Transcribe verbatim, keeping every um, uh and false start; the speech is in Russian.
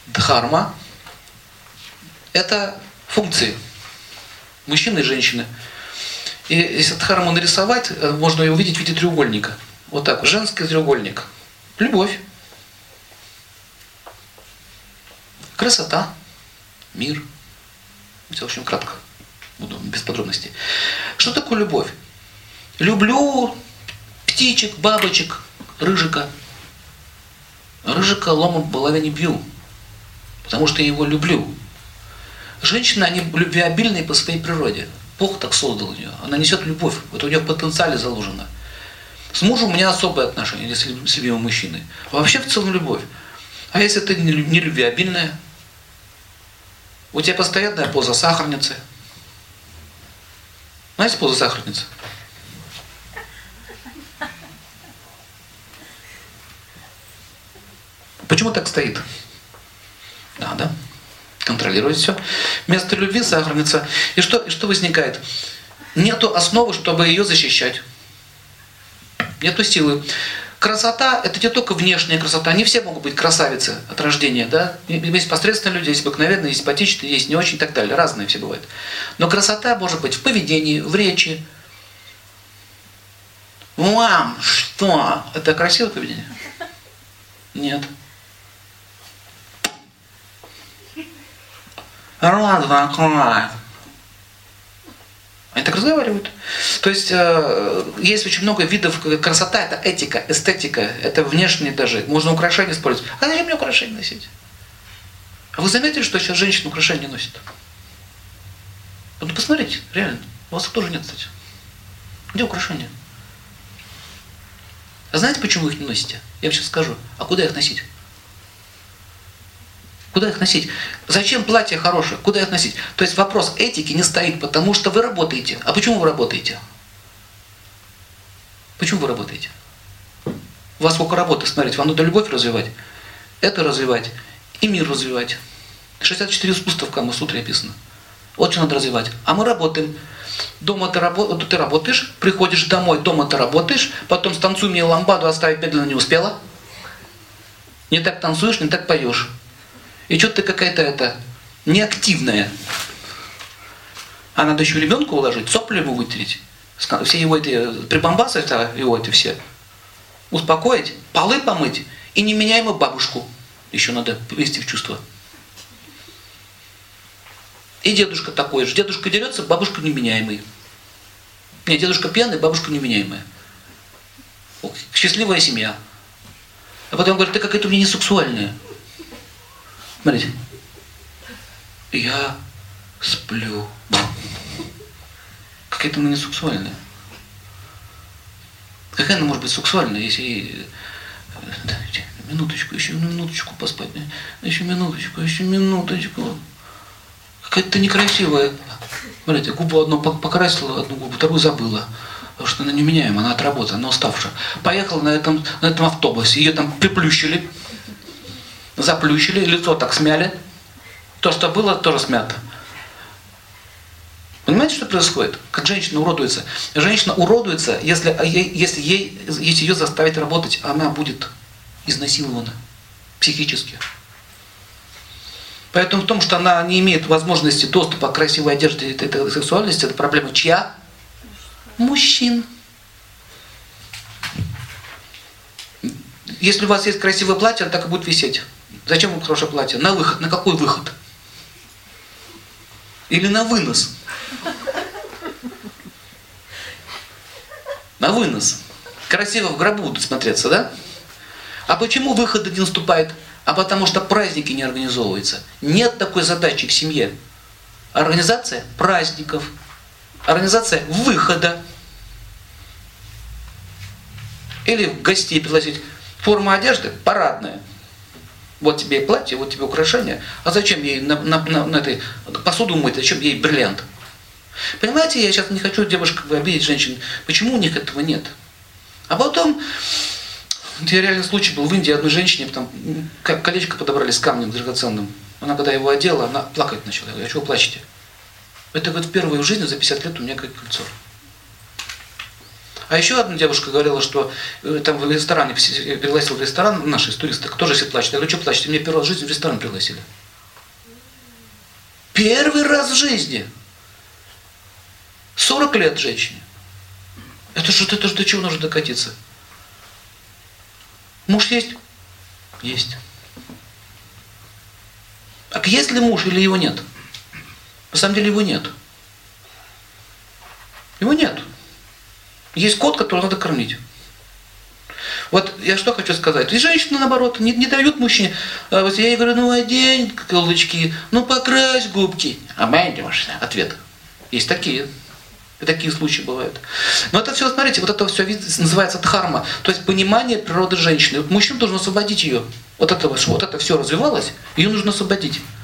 Дхарма – это функции мужчины и женщины. И если дхарму нарисовать, можно ее увидеть в виде треугольника. Вот так, женский треугольник. Любовь, красота, мир. Это очень кратко, буду без подробностей. Что такое любовь? Люблю птичек, бабочек, рыжика. Рыжика ломом по голове не бью, потому что я его люблю. Женщины, они любвеобильные по своей природе. Бог так создал ее. Она несет любовь. Вот у нее в потенциале заложено. С мужем у меня особые отношения, с любимым мужчиной. А вообще в целом любовь. А если ты не любвеобильная, у тебя постоянная поза сахарницы. Знаете поза сахарницы? Почему так стоит? Надо контролировать все. Вместо любви сахарница. И что, и что возникает? Нету основы, чтобы ее защищать. Нету силы. Красота – это не только внешняя красота. Не все могут быть красавицы от рождения. Да? Есть посредственные люди, есть обыкновенные, есть симпатичные, есть не очень и так далее. Разные все бывают. Но красота может быть в поведении, в речи. Мам, что? Это красивое поведение? Нет. Рот закрой. Они так разговаривают. То есть э, есть очень много видов. Красота – это этика, эстетика, это внешне даже. Можно украшения использовать. А зачем мне украшения носить? А вы заметили, что сейчас женщины украшения носят? Вот посмотрите, реально. У вас их тоже нет, кстати. Где украшения? А знаете, почему вы их не носите? Я вам сейчас скажу. А куда их носить? Куда их носить? Зачем платье хорошее? Куда их носить? То есть вопрос этики не стоит, потому что вы работаете. А почему вы работаете? Почему вы работаете? У вас сколько работы, смотрите, вам надо любовь развивать, это развивать и мир развивать. шестьдесят четыре искусства в Камасутре описано. Вот что надо развивать. А мы работаем. Дома ты, рабо... ты работаешь, приходишь домой, дома ты работаешь, потом станцуй мне ламбаду, оставить медленно не успела. Не так танцуешь, не так поешь. И что ты какая-то это неактивная. А надо еще ребенка уложить, сопли ему вытереть. Все его эти прибамбасы, его эти все. Успокоить, полы помыть и неменяемую бабушку. Еще надо привести в чувство. И дедушка такой же. Дедушка дерется, бабушка неменяемый. Нет, дедушка пьяный, бабушка неменяемая. Счастливая семья. А потом говорит, ты какая-то у меня несексуальная. Смотрите. Я сплю. Какая-то она несексуальная. Какая она может быть сексуальная, если ей... Минуточку, еще минуточку поспать. Еще минуточку, еще минуточку. Какая-то некрасивая. Смотрите, губу одну покрасила, одну губу, вторую забыла. Потому что она неменяемая, она отработана, она уставшая. Поехала на этом, на этом автобусе, ее там приплющили. Заплющили, лицо так смяли. То, что было, тоже смято. Понимаете, что происходит? Как женщина уродуется. Женщина уродуется, если, если, ей, если ее заставить работать, она будет изнасилована психически. Поэтому в том, что она не имеет возможности доступа к красивой одежде и этой сексуальности, это проблема чья? Мужчин. Если у вас есть красивое платье, оно так и будет висеть. Зачем вам хорошее платье? На выход. На какой выход? Или на вынос? На вынос. Красиво в гробу будут смотреться, да? А почему выхода не наступает? А потому что праздники не организовываются. Нет такой задачи к семье. Организация праздников. Организация выхода. Или гостей пригласить. Форма одежды парадная. Вот тебе и платье, вот тебе украшения. А зачем ей на, на, на, на этой посуду мыть, зачем ей бриллиант? Понимаете, я сейчас не хочу девушек обидеть, женщин. Почему у них этого нет? А потом, я реальный случай был в Индии, одной женщине там колечко подобрали с камнем драгоценным. Она когда его одела, она плакать начала. Я говорю, а чего вы плачете? Это, говорит, впервые в жизни за пятьдесят лет у меня как кольцо. А еще одна девушка говорила, что э, там в ресторане, пригласил в ресторан наши туристы, тоже все плачут. Я говорю, что плачете? Мне первый раз в жизни в ресторан пригласили. Первый раз в жизни. сорок лет женщине. Это что, это, до чего нужно докатиться? Муж есть? Есть. Так есть ли муж или его нет? На самом деле его нет. Его нет. Есть кот, которого надо кормить. Вот я что хочу сказать. И женщины, наоборот, не, не дают мужчине. А вот я ей говорю, ну одень каблучки, ну покрась губки. А майдешь, ответ. Есть такие. И такие случаи бывают. Но это все, смотрите, вот это все называется дхарма. То есть понимание природы женщины. Вот мужчина должен освободить ее. Вот это, вот это все развивалось, ее нужно освободить.